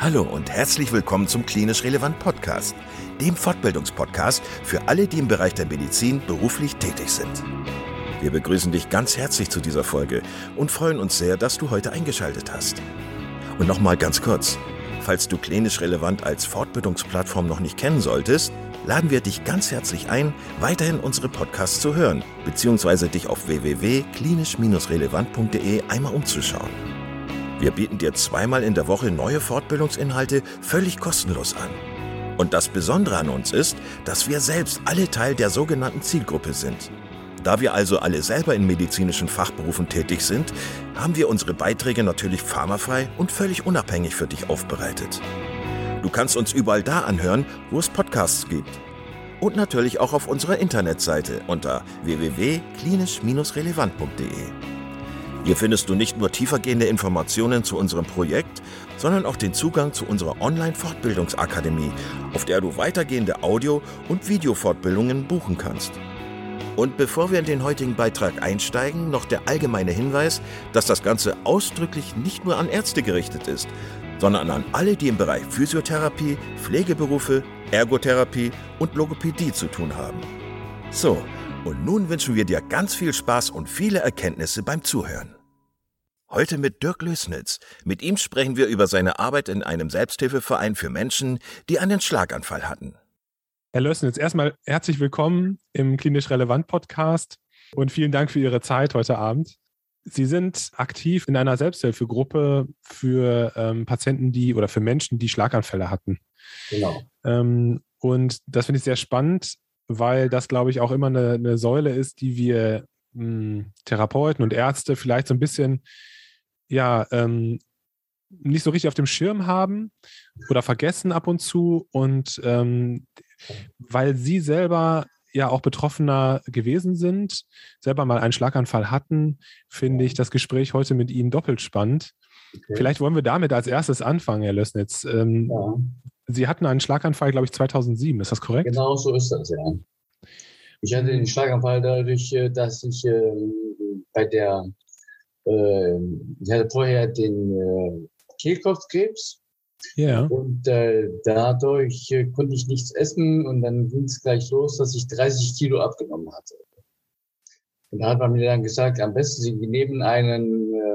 Hallo und herzlich willkommen zum Klinisch Relevant Podcast, dem Fortbildungspodcast für alle, die im Bereich der Medizin beruflich tätig sind. Wir begrüßen dich ganz herzlich zu dieser Folge und freuen uns sehr, dass du heute eingeschaltet hast. Und nochmal ganz kurz, falls du Klinisch Relevant als Fortbildungsplattform noch nicht kennen solltest, laden wir dich ganz herzlich ein, weiterhin unsere Podcasts zu hören, beziehungsweise dich auf www.klinisch-relevant.de einmal umzuschauen. Wir bieten dir zweimal in der Woche neue Fortbildungsinhalte völlig kostenlos an. Und das Besondere an uns ist, dass wir selbst alle Teil der sogenannten Zielgruppe sind. Da wir also alle selber in medizinischen Fachberufen tätig sind, haben wir unsere Beiträge natürlich pharmafrei und völlig unabhängig für dich aufbereitet. Du kannst uns überall da anhören, wo es Podcasts gibt. Und natürlich auch auf unserer Internetseite unter www.klinisch-relevant.de. Hier findest du nicht nur tiefergehende Informationen zu unserem Projekt, sondern auch den Zugang zu unserer Online-Fortbildungsakademie, auf der du weitergehende Audio- und Videofortbildungen buchen kannst. Und bevor wir in den heutigen Beitrag einsteigen, noch der allgemeine Hinweis, dass das Ganze ausdrücklich nicht nur an Ärzte gerichtet ist, sondern an alle, die im Bereich Physiotherapie, Pflegeberufe, Ergotherapie und Logopädie zu tun haben. So, und nun wünschen wir dir ganz viel Spaß und viele Erkenntnisse beim Zuhören. Heute mit Dirk Lößnitz. Mit ihm sprechen wir über seine Arbeit in einem Selbsthilfeverein für Menschen, die einen Schlaganfall hatten. Herr Lößnitz, erstmal herzlich willkommen im Klinisch Relevant Podcast und vielen Dank für Ihre Zeit heute Abend. Sie sind aktiv in einer Selbsthilfegruppe für Patienten, oder für Menschen, die Schlaganfälle hatten. Genau. Und das finde ich sehr spannend, weil das, glaube ich, auch immer eine Säule ist, die wir Therapeuten und Ärzte vielleicht so ein bisschen nicht so richtig auf dem Schirm haben oder vergessen ab und zu. Und weil Sie selber ja auch Betroffener gewesen sind, selber mal einen Schlaganfall hatten, finde ich das Gespräch heute mit Ihnen doppelt spannend. Okay. Vielleicht wollen wir damit als erstes anfangen, Herr Lößnitz. Sie hatten einen Schlaganfall, glaube ich, 2007, ist das korrekt? Genau so ist das, ja. Ich hatte den Schlaganfall dadurch, dass ich ich hatte vorher den Kehlkopfkrebs. Ja. Und dadurch konnte ich nichts essen und dann ging es gleich los, dass ich 30 Kilo abgenommen hatte. Und da hat man mir dann gesagt, am besten Sie nehmen eine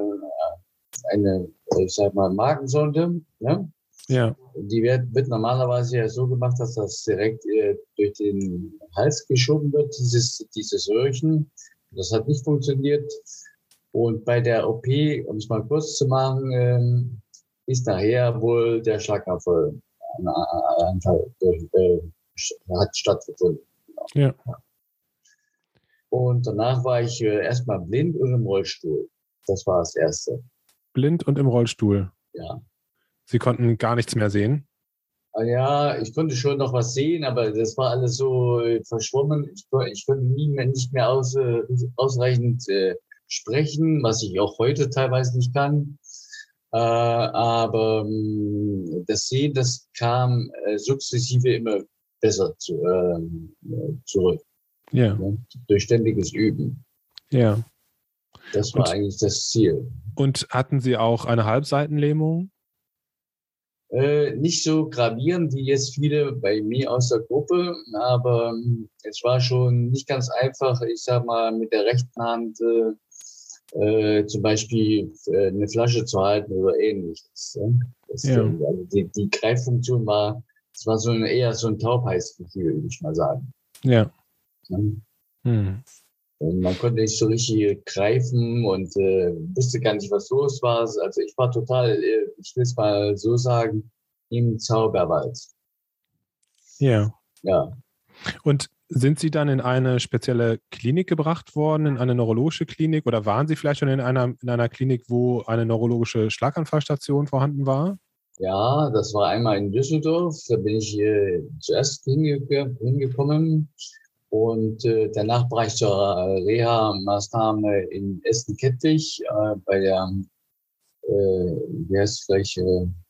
Magensonde, ne? Ja. Die wird normalerweise ja so gemacht, dass das direkt durch den Hals geschoben wird, dieses Röhrchen. Das hat nicht funktioniert. Und bei der OP, um es mal kurz zu machen, ist nachher wohl der Schlaganfall hat stattgefunden. Ja. Und danach war ich erstmal blind und im Rollstuhl. Das war das Erste. Blind und im Rollstuhl? Ja. Sie konnten gar nichts mehr sehen? Ja, ich konnte schon noch was sehen, aber das war alles so verschwommen. Ich konnte nicht mehr ausreichend sprechen, was ich auch heute teilweise nicht kann. Aber das Sehen, das kam sukzessive immer besser zurück. Ja. Ne? Durch ständiges Üben. Ja. Das war eigentlich das Ziel. Und hatten Sie auch eine Halbseitenlähmung? Nicht so gravierend wie jetzt viele bei mir aus der Gruppe, aber es war schon nicht ganz einfach, ich sag mal, mit der rechten Hand zum Beispiel eine Flasche zu halten oder ähnliches. Also die Greiffunktion war eher so ein Taubheitsgefühl, würde ich mal sagen. Ja. Und man konnte nicht so richtig greifen und wusste gar nicht, was los war. Also ich war total, ich will es mal so sagen, im Zauberwald. Ja. Ja. Und sind Sie dann in eine spezielle Klinik gebracht worden, in eine neurologische Klinik, oder waren Sie vielleicht schon in einer Klinik, wo eine neurologische Schlaganfallstation vorhanden war? Ja, das war einmal in Düsseldorf. Da bin ich zuerst hingekommen. Und danach war ich zur Reha-Maßnahme in Essen-Kettwig bei der, wie heißt es gleich,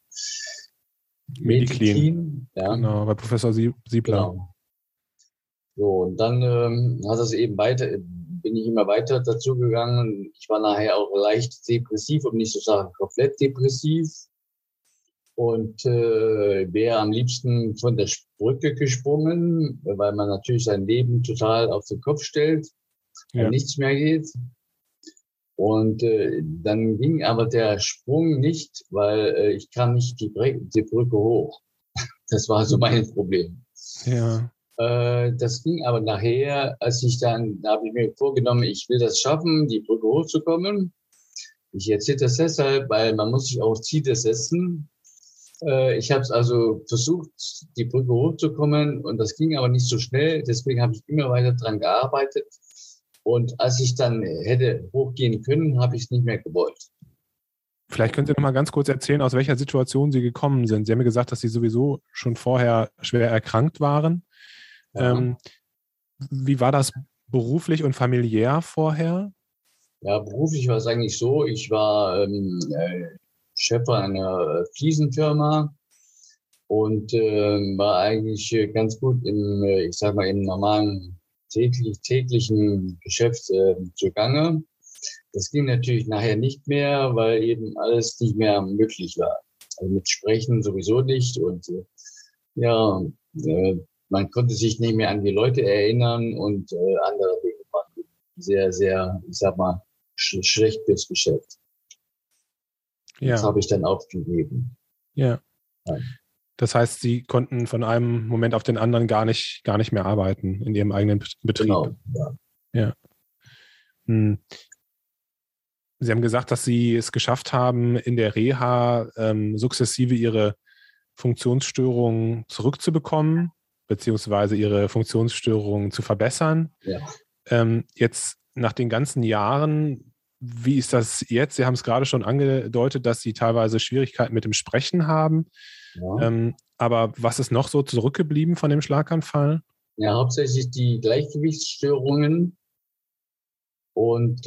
Mediclin. Ja. Genau, bei Professor Siebler. Genau. So, und dann bin ich immer weiter dazu gegangen. Ich war nachher auch leicht depressiv, um nicht zu sagen komplett depressiv. und wäre am liebsten von der Brücke gesprungen, weil man natürlich sein Leben total auf den Kopf stellt, und nichts mehr geht. Und dann ging aber der Sprung nicht, weil ich kam nicht die Brücke hoch. Das war so mein Problem. Ja. Das ging aber nachher, da habe ich mir vorgenommen, ich will das schaffen, die Brücke hochzukommen. Ich erzähle das deshalb, weil man muss sich auch Ziele setzen. Ich habe es also versucht, die Brücke hochzukommen, und das ging aber nicht so schnell. Deswegen habe ich immer weiter dran gearbeitet. Und als ich dann hätte hochgehen können, habe ich es nicht mehr gewollt. Vielleicht können Sie noch mal ganz kurz erzählen, aus welcher Situation Sie gekommen sind. Sie haben mir gesagt, dass Sie sowieso schon vorher schwer erkrankt waren. Ja. Wie war das beruflich und familiär vorher? Ja, beruflich war es eigentlich so, ich war Chef einer Fliesenfirma und war eigentlich ganz gut im normalen täglichen Geschäft zugange. Das ging natürlich nachher nicht mehr, weil eben alles nicht mehr möglich war. Also mit Sprechen sowieso nicht, und man konnte sich nicht mehr an die Leute erinnern, und andere Dinge waren sehr, sehr, ich sag mal, schlecht fürs Geschäft. Ja. Das habe ich dann aufgegeben. Ja. Das heißt, Sie konnten von einem Moment auf den anderen gar nicht mehr arbeiten in Ihrem eigenen Betrieb. Genau, ja. Sie haben gesagt, dass Sie es geschafft haben, in der Reha sukzessive Ihre Funktionsstörungen zurückzubekommen, beziehungsweise Ihre Funktionsstörungen zu verbessern. Ja. Jetzt nach den ganzen Jahren, wie ist das jetzt? Sie haben es gerade schon angedeutet, dass Sie teilweise Schwierigkeiten mit dem Sprechen haben. Ja. Aber was ist noch so zurückgeblieben von dem Schlaganfall? Ja, hauptsächlich die Gleichgewichtsstörungen. Und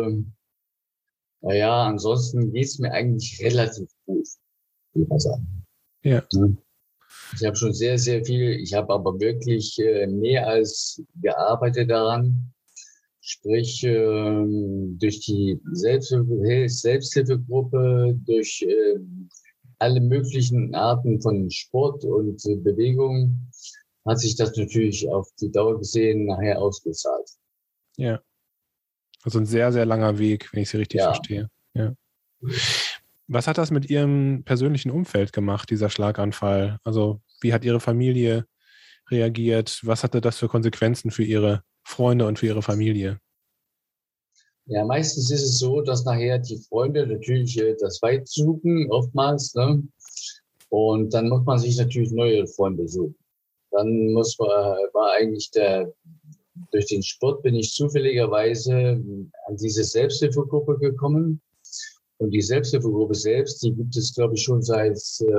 ansonsten geht es mir eigentlich relativ gut, würde man sagen. Ja. Ich habe schon sehr, sehr viel, ich habe aber wirklich mehr als gearbeitet daran. Sprich, durch die Selbsthilfegruppe, durch alle möglichen Arten von Sport und Bewegung hat sich das natürlich auf die Dauer gesehen nachher ausgezahlt. Ja. Also ein sehr, sehr langer Weg, wenn ich Sie richtig verstehe. Ja. Was hat das mit Ihrem persönlichen Umfeld gemacht, dieser Schlaganfall? Also wie hat Ihre Familie reagiert? Was hatte das für Konsequenzen für Ihre Freunde und für Ihre Familie? Ja, meistens ist es so, dass nachher die Freunde natürlich das Weit suchen, oftmals, ne? Und dann muss man sich natürlich neue Freunde suchen. Dann war eigentlich durch den Sport bin ich zufälligerweise an diese Selbsthilfegruppe gekommen. Und die Selbsthilfegruppe selbst, die gibt es, glaube ich, schon seit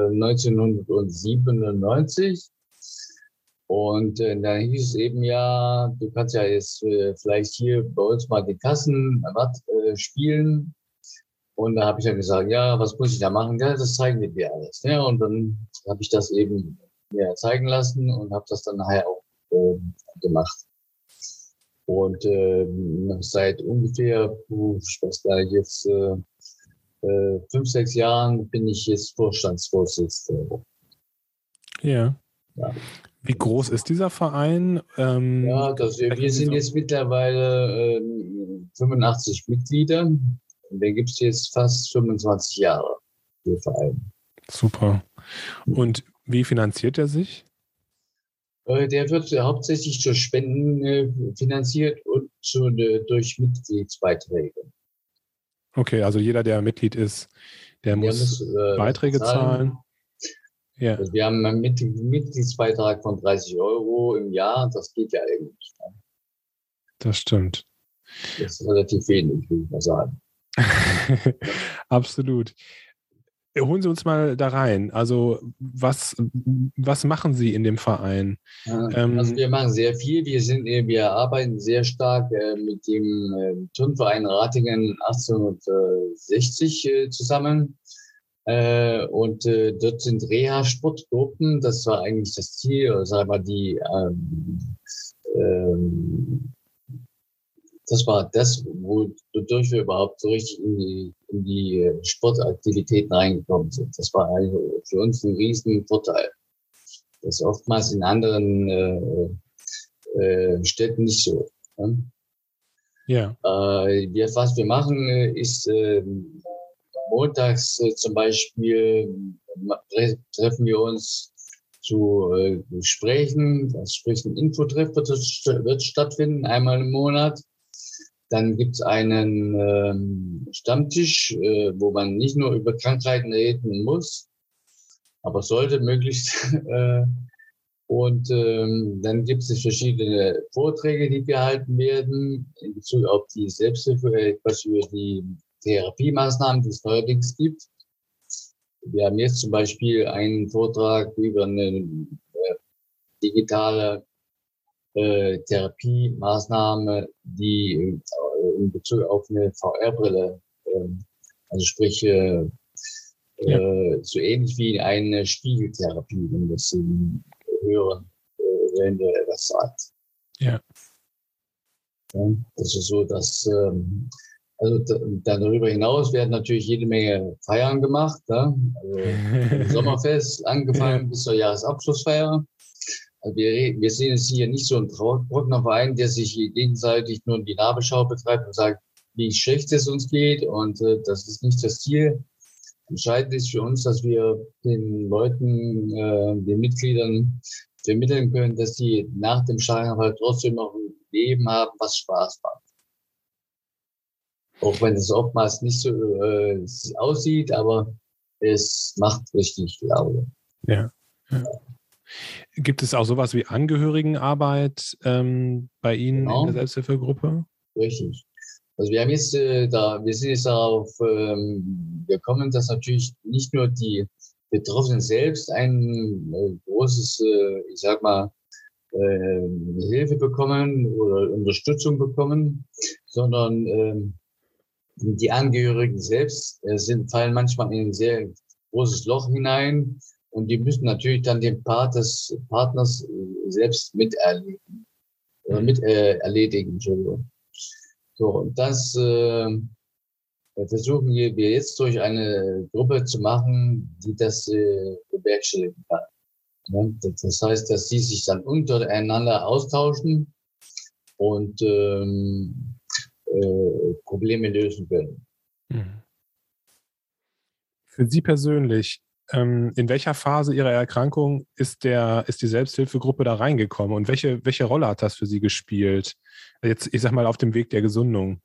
1997. Und da hieß es eben, ja, du kannst ja jetzt vielleicht hier bei uns mal die Kassen spielen. Und da habe ich dann gesagt, ja, was muss ich da machen? Ja, das zeigen wir dir alles. Ja, und dann habe ich das eben mir zeigen lassen und habe das dann nachher auch gemacht. Und seit ungefähr, ich weiß gar nicht, jetzt 5, 6 Jahren bin ich jetzt Vorstandsvorsitzender. Ja. Wie groß ist dieser Verein? Wir sind jetzt mittlerweile 85 Mitglieder. Und den gibt es jetzt fast 25 Jahre, der Verein. Super. Und wie finanziert er sich? Der wird hauptsächlich durch Spenden finanziert und durch Mitgliedsbeiträge. Okay, also jeder, der Mitglied ist, der muss Beiträge zahlen. Ja. Also wir haben einen Mitgliedsbeitrag von 30 € im Jahr. Das geht ja eigentlich. Das stimmt. Das ist relativ wenig, würde ich mal sagen. Absolut. Holen Sie uns mal da rein. Also was machen Sie in dem Verein? Also wir machen sehr viel. Wir arbeiten sehr stark mit dem Turnverein Ratingen 1860 zusammen. Und dort sind Reha-Sportgruppen. Das war eigentlich das Ziel, sagen wir das war das, wodurch wir überhaupt so richtig in die Sportaktivitäten reingekommen sind. Das war also für uns ein riesen Vorteil. Das ist oftmals in anderen Städten nicht so. Ne? Ja. Was wir machen, ist montags zum Beispiel treffen wir uns zu Gesprächen. Sprich, ein Infotreff wird stattfinden, einmal im Monat. Dann gibt es einen Stammtisch, wo man nicht nur über Krankheiten reden muss, aber sollte möglichst. Und dann gibt es verschiedene Vorträge, die gehalten werden in Bezug auf die Selbsthilfe, etwas über die Therapiemaßnahmen, die es neuerdings gibt. Wir haben jetzt zum Beispiel einen Vortrag über eine digitale Therapiemaßnahme, die in Bezug auf eine VR-Brille, also sprich so ähnlich wie eine Spiegeltherapie, wenn das hören, wenn der was sagt. Ja. Das ist so, dass also darüber hinaus werden natürlich jede Menge Feiern gemacht. Ne? Also Sommerfest angefangen bis zur Jahresabschlussfeier. Also wir sehen es hier nicht so ein trockener Verein, der sich gegenseitig nur in die Nabelschau betreibt und sagt, wie schlecht es uns geht. Und das ist nicht das Ziel. Entscheidend ist für uns, dass wir den Leuten, den Mitgliedern vermitteln können, dass sie nach dem Schlaganfall trotzdem noch ein Leben haben, was Spaß macht. Auch wenn es oftmals nicht so aussieht, aber es macht richtig Laune. Ja. Gibt es auch sowas wie Angehörigenarbeit bei Ihnen in der Selbsthilfegruppe? Richtig. Also wir haben jetzt wir sind jetzt darauf gekommen, dass natürlich nicht nur die Betroffenen selbst ein großes, ich sag mal, Hilfe bekommen oder Unterstützung bekommen, sondern die Angehörigen selbst fallen manchmal in ein sehr großes Loch hinein und die müssen natürlich dann den Part des Partners selbst erledigen. Entschuldigung. So, und das versuchen wir jetzt durch eine Gruppe zu machen, die das bewerkstelligen kann. Ja, das heißt, dass sie sich dann untereinander austauschen und Probleme lösen können. Für Sie persönlich, in welcher Phase Ihrer Erkrankung ist die Selbsthilfegruppe da reingekommen und welche Rolle hat das für Sie gespielt? Jetzt, ich sag mal, auf dem Weg der Gesundung.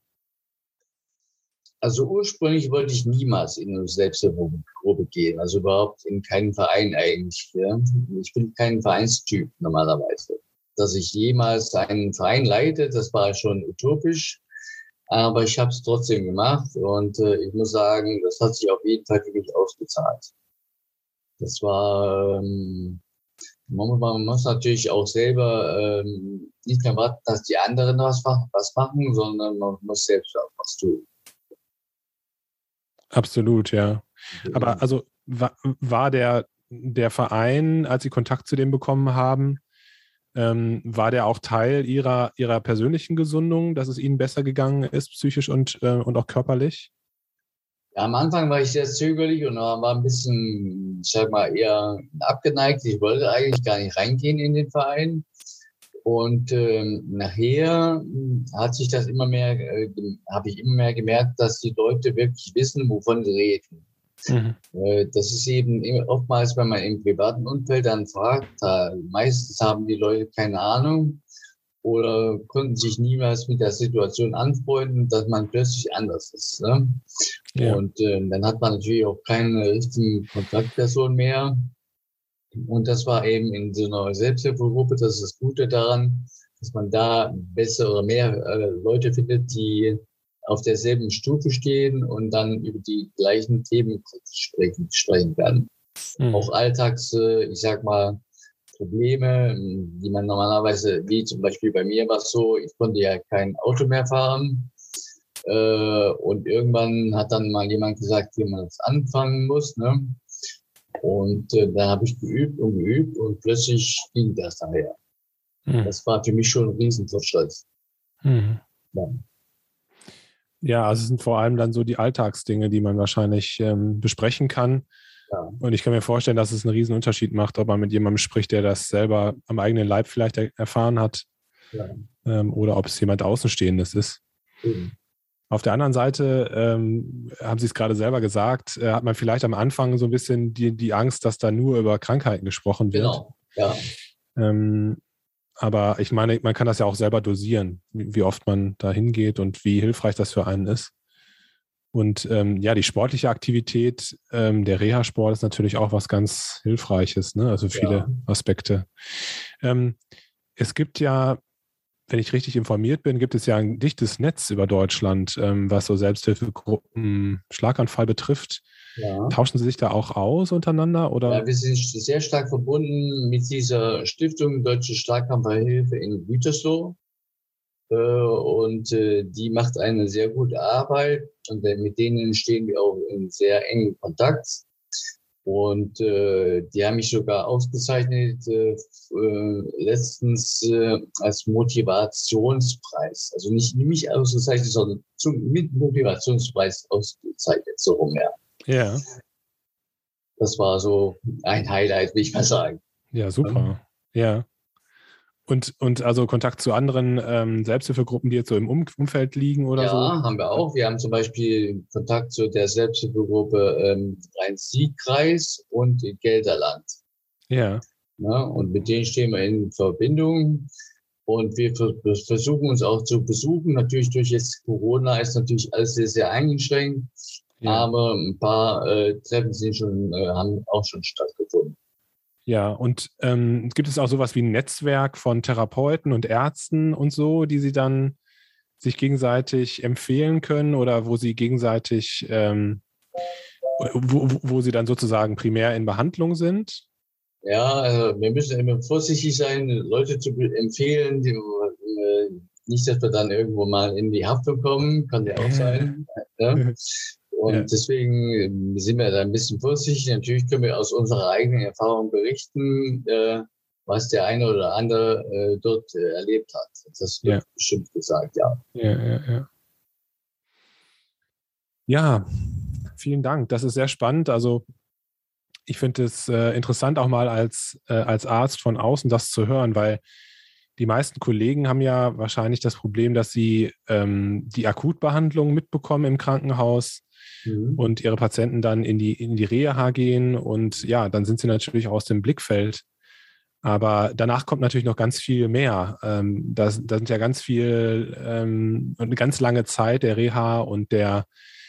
Also ursprünglich wollte ich niemals in eine Selbsthilfegruppe gehen, also überhaupt in keinen Verein eigentlich. Ja. Ich bin kein Vereinstyp normalerweise. Dass ich jemals einen Verein leite, das war schon utopisch. Aber ich habe es trotzdem gemacht und ich muss sagen, das hat sich auf jeden Fall für mich ausgezahlt. Das war, man muss natürlich auch selber nicht mehr warten, dass die anderen was machen, sondern man muss selbst auch was tun. Absolut, ja. Aber also war der Verein, als Sie Kontakt zu dem bekommen haben, war der auch Teil Ihrer persönlichen Gesundung, dass es Ihnen besser gegangen ist, psychisch und auch körperlich? Ja, am Anfang war ich sehr zögerlich und war ein bisschen, ich sag mal, eher abgeneigt. Ich wollte eigentlich gar nicht reingehen in den Verein. Und nachher hat sich das immer mehr, habe ich immer mehr gemerkt, dass die Leute wirklich wissen, wovon sie reden. Das ist eben oftmals, wenn man im privaten Umfeld dann fragt, meistens haben die Leute keine Ahnung oder konnten sich niemals mit der Situation anfreunden, dass man plötzlich anders ist. Ne? Ja. Und dann hat man natürlich auch keine richtigen Kontaktperson mehr. Und das war eben in so einer Selbsthilfegruppe, das ist das Gute daran, dass man da besser oder mehr Leute findet, die auf derselben Stufe stehen und dann über die gleichen Themen sprechen werden. Auch Alltags, ich sag mal, Probleme, die man normalerweise, wie zum Beispiel bei mir war es so, ich konnte ja kein Auto mehr fahren. Und irgendwann hat dann mal jemand gesagt, wie man das anfangen muss. Ne? Und da habe ich geübt und plötzlich ging das daher. Das war für mich schon ein Riesenfortschritt. Ja. Ja, also es sind vor allem dann so die Alltagsdinge, die man wahrscheinlich besprechen kann. Ja, Und ich kann mir vorstellen, dass es einen riesen Unterschied macht, ob man mit jemandem spricht, der das selber am eigenen Leib vielleicht erfahren hat, ja, oder ob es jemand Außenstehendes ist. eben. Auf der anderen Seite, haben Sie es gerade selber gesagt, hat man vielleicht am Anfang so ein bisschen die Angst, dass da nur über Krankheiten gesprochen wird. Genau, ja. Aber ich meine, man kann das ja auch selber dosieren, wie oft man da hingeht und wie hilfreich das für einen ist. Und ja, die sportliche Aktivität, der Reha-Sport ist natürlich auch was ganz Hilfreiches, ne? Also viele Aspekte. Es gibt ja, wenn ich richtig informiert bin, gibt es ja ein dichtes Netz über Deutschland, was so Selbsthilfegruppen, Schlaganfall betrifft. Ja. Tauschen Sie sich da auch aus untereinander? Oder? Ja, wir sind sehr stark verbunden mit dieser Stiftung Deutsche Schlaganfallhilfe in Gütersloh. Und die macht eine sehr gute Arbeit und mit denen stehen wir auch in sehr engem Kontakt. Und die haben mich sogar ausgezeichnet letztens als Motivationspreis. Also nicht mich ausgezeichnet, sondern mit Motivationspreis ausgezeichnet, so rum, ja. Ja. Das war so ein Highlight, will ich mal sagen. Ja, super. Ja. Und also Kontakt zu anderen Selbsthilfegruppen, die jetzt so im Umfeld liegen oder so? Ja, haben wir auch. Wir haben zum Beispiel Kontakt zu der Selbsthilfegruppe Rhein-Sieg-Kreis und Gelderland. Ja. Ja, und mit denen stehen wir in Verbindung. Und wir versuchen uns auch zu besuchen. Natürlich durch jetzt Corona ist natürlich alles sehr, sehr eingeschränkt. Ja. Aber ein paar Treffen haben auch schon stattgefunden. Ja, und gibt es auch sowas wie ein Netzwerk von Therapeuten und Ärzten und so, die Sie dann sich gegenseitig empfehlen können oder wo Sie gegenseitig, wo Sie dann sozusagen primär in Behandlung sind? Ja, also wir müssen immer vorsichtig sein, Leute zu empfehlen, nicht, dass wir dann irgendwo mal in die Haftung kommen, kann ja auch sein. Ja? Und deswegen sind wir da ein bisschen vorsichtig. Natürlich können wir aus unserer eigenen Erfahrung berichten, was der eine oder andere dort erlebt hat. Das wird bestimmt gesagt, ja. Ja, vielen Dank. Das ist sehr spannend. Also ich finde es interessant, auch mal als Arzt von außen das zu hören, weil die meisten Kollegen haben ja wahrscheinlich das Problem, dass sie die Akutbehandlung mitbekommen im Krankenhaus und ihre Patienten dann in die Reha gehen und ja, dann sind sie natürlich aus dem Blickfeld. Aber danach kommt natürlich noch ganz viel mehr. Da sind ja ganz viel, eine ganz lange Zeit der Reha und der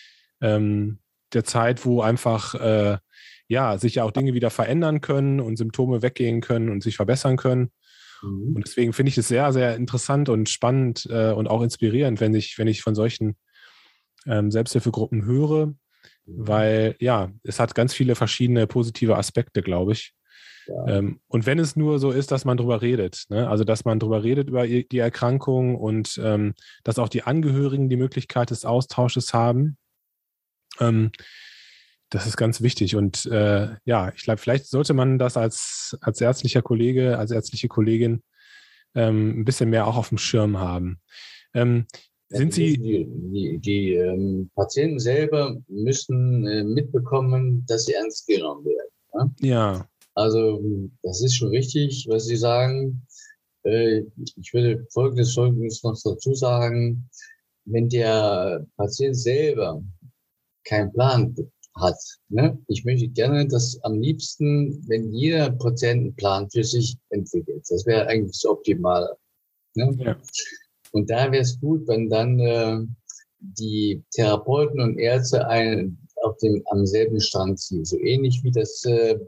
Zeit, wo einfach sich ja auch Dinge wieder verändern können und Symptome weggehen können und sich verbessern können. Und deswegen finde ich es sehr, sehr interessant und spannend und auch inspirierend, wenn ich von solchen Selbsthilfegruppen höre, weil ja, es hat ganz viele verschiedene positive Aspekte, glaube ich. Ja. Und wenn es nur so ist, dass man drüber redet, ne? Also dass man drüber redet über die Erkrankung und dass auch die Angehörigen die Möglichkeit des Austausches haben, das ist ganz wichtig. Und ich glaube, vielleicht sollte man das als ärztlicher Kollege, als ärztliche Kollegin ein bisschen mehr auch auf dem Schirm haben. Sind Sie... Die Patienten selber müssen mitbekommen, dass sie ernst genommen werden. Ne? Ja. Also das ist schon richtig, was Sie sagen. Ich würde Folgendes noch dazu sagen. Wenn der Patient selber keinen Plan hat, ne? Ich möchte gerne, dass am liebsten, wenn jeder Patient einen Plan für sich entwickelt. Das wäre eigentlich so optimal. Ne? Ja. Und da wäre es gut, wenn dann die Therapeuten und Ärzte am selben Strang ziehen. So ähnlich wie das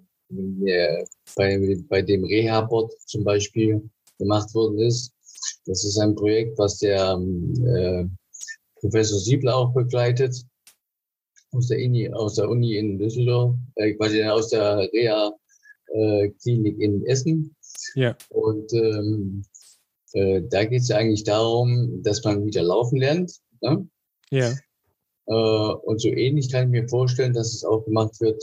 bei dem Reha-Bot zum Beispiel gemacht worden ist. Das ist ein Projekt, was der Professor Siebler auch begleitet, aus der Uni in Düsseldorf, aus der Reha-Klinik in Essen. Ja. Und da geht es ja eigentlich darum, dass man wieder laufen lernt. Ne? Ja. Und so ähnlich kann ich mir vorstellen, dass es auch gemacht wird,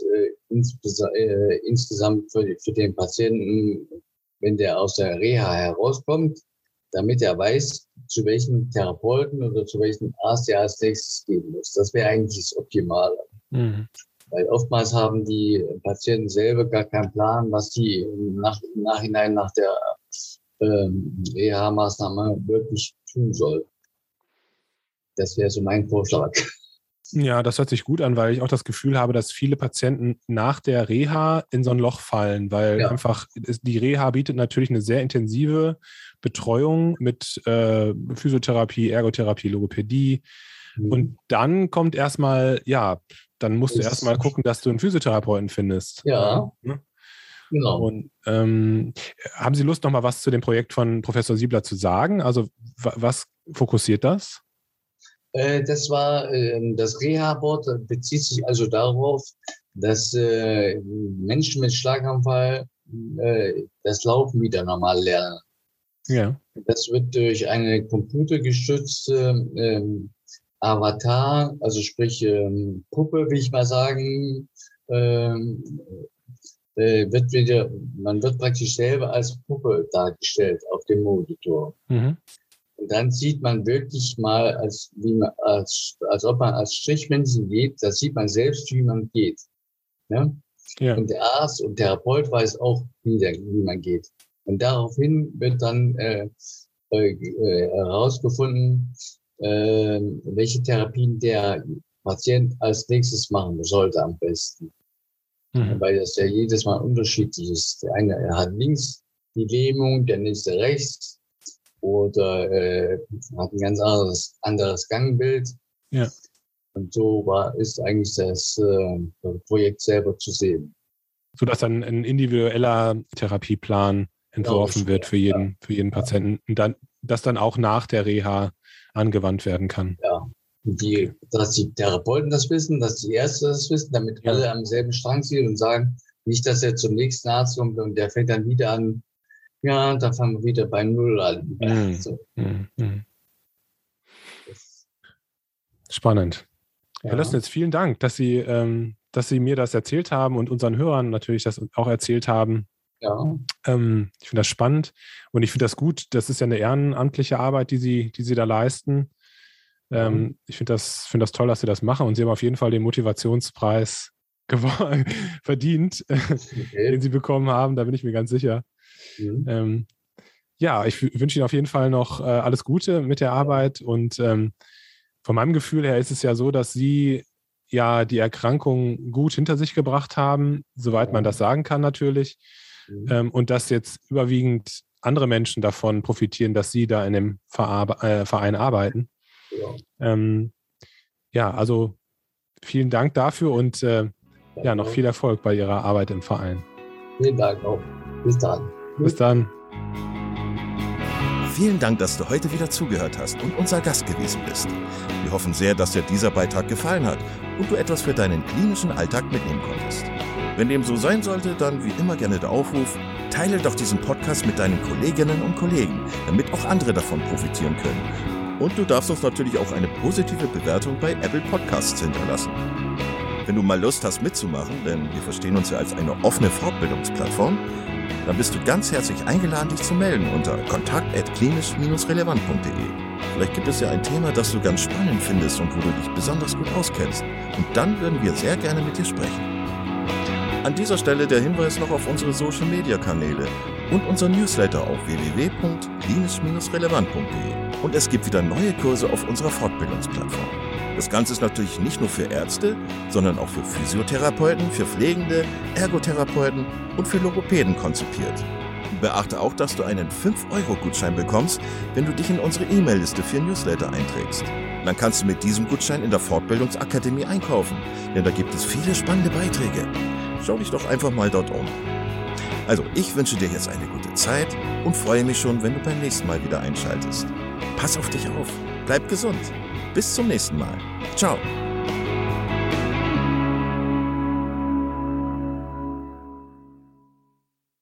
insgesamt für den Patienten, wenn der aus der Reha herauskommt, damit er weiß, zu welchen Therapeuten oder zu welchem Arzt er als nächstes gehen muss. Das wäre eigentlich das Optimale. Mhm. Weil oftmals haben die Patienten selber gar keinen Plan, was die im Nachhinein nach der Reha-Maßnahme wirklich tun sollen. Das wäre so mein Vorschlag. Ja, das hört sich gut an, weil ich auch das Gefühl habe, dass viele Patienten nach der Reha in so ein Loch fallen, weil einfach die Reha bietet natürlich eine sehr intensive Betreuung mit Physiotherapie, Ergotherapie, Logopädie. Und dann kommt erstmal, dann musst du erstmal gucken, dass du einen Physiotherapeuten findest. Ja. Genau. Und haben Sie Lust, noch mal was zu dem Projekt von Professor Siebler zu sagen? Also was fokussiert das? Das war, das Reha-Board bezieht sich also darauf, dass Menschen mit Schlaganfall das Laufen wieder normal lernen. Ja. Das wird durch eine computergestützte Avatar, also sprich Puppe, will ich mal sagen, man wird praktisch selber als Puppe dargestellt auf dem Monitor. Mhm. Und dann sieht man wirklich mal, als ob man als Strichmännchen geht, da sieht man selbst, wie man geht. Ne? Ja. Und der Arzt und Therapeut weiß auch, wie man geht. Und daraufhin wird dann herausgefunden, welche Therapien der Patient als nächstes machen sollte am besten. Mhm. Weil das ja jedes Mal unterschiedlich ist. Der eine hat links die Lähmung, der nächste rechts. Oder hat ein ganz anderes Gangbild. Ja. Und so ist eigentlich das Projekt selber zu sehen. Sodass dann ein individueller Therapieplan entworfen wird für jeden Patienten. Und das dann auch nach der Reha angewandt werden kann. Ja. Dass die Therapeuten das wissen, dass die Ärzte das wissen, damit alle am selben Strang ziehen und sagen, nicht, dass er zum nächsten Arzt kommt und der fängt dann wieder an, ja, da fangen wir wieder bei Null an. So. Spannend. Herr Lößnitz, vielen Dank, dass Sie mir das erzählt haben und unseren Hörern natürlich das auch erzählt haben. Ja. Ich finde das spannend und ich finde das gut. Das ist ja eine ehrenamtliche Arbeit, die Sie da leisten. Ich finde das toll, dass Sie das machen und Sie haben auf jeden Fall den Motivationspreis verdient, den Sie bekommen haben. Da bin ich mir ganz sicher. Mhm. Ich wünsche Ihnen auf jeden Fall noch alles Gute mit der Arbeit und von meinem Gefühl her ist es ja so, dass Sie ja die Erkrankung gut hinter sich gebracht haben, soweit man das sagen kann natürlich, und dass jetzt überwiegend andere Menschen davon profitieren, dass Sie da in dem Verein arbeiten. Also vielen Dank dafür und noch viel Erfolg bei Ihrer Arbeit im Verein. Vielen Dank auch. Bis dann. Bis dann. Vielen Dank, dass du heute wieder zugehört hast und unser Gast gewesen bist. Wir hoffen sehr, dass dir dieser Beitrag gefallen hat und du etwas für deinen klinischen Alltag mitnehmen konntest. Wenn dem so sein sollte, dann wie immer gerne der Aufruf, teile doch diesen Podcast mit deinen Kolleginnen und Kollegen, damit auch andere davon profitieren können. Und du darfst uns natürlich auch eine positive Bewertung bei Apple Podcasts hinterlassen. Wenn du mal Lust hast mitzumachen, denn wir verstehen uns ja als eine offene Fortbildungsplattform, dann bist du ganz herzlich eingeladen, dich zu melden unter kontakt@klinisch-relevant.de. Vielleicht gibt es ja ein Thema, das du ganz spannend findest und wo du dich besonders gut auskennst. Und dann würden wir sehr gerne mit dir sprechen. An dieser Stelle der Hinweis noch auf unsere Social-Media-Kanäle und unser Newsletter auf www.klinisch-relevant.de. Und es gibt wieder neue Kurse auf unserer Fortbildungsplattform. Das Ganze ist natürlich nicht nur für Ärzte, sondern auch für Physiotherapeuten, für Pflegende, Ergotherapeuten und für Logopäden konzipiert. Beachte auch, dass du einen 5-Euro-Gutschein bekommst, wenn du dich in unsere E-Mail-Liste für Newsletter einträgst. Dann kannst du mit diesem Gutschein in der Fortbildungsakademie einkaufen, denn da gibt es viele spannende Beiträge. Schau dich doch einfach mal dort um. Also, ich wünsche dir jetzt eine gute Zeit und freue mich schon, wenn du beim nächsten Mal wieder einschaltest. Pass auf dich auf, bleib gesund. Bis zum nächsten Mal. Ciao.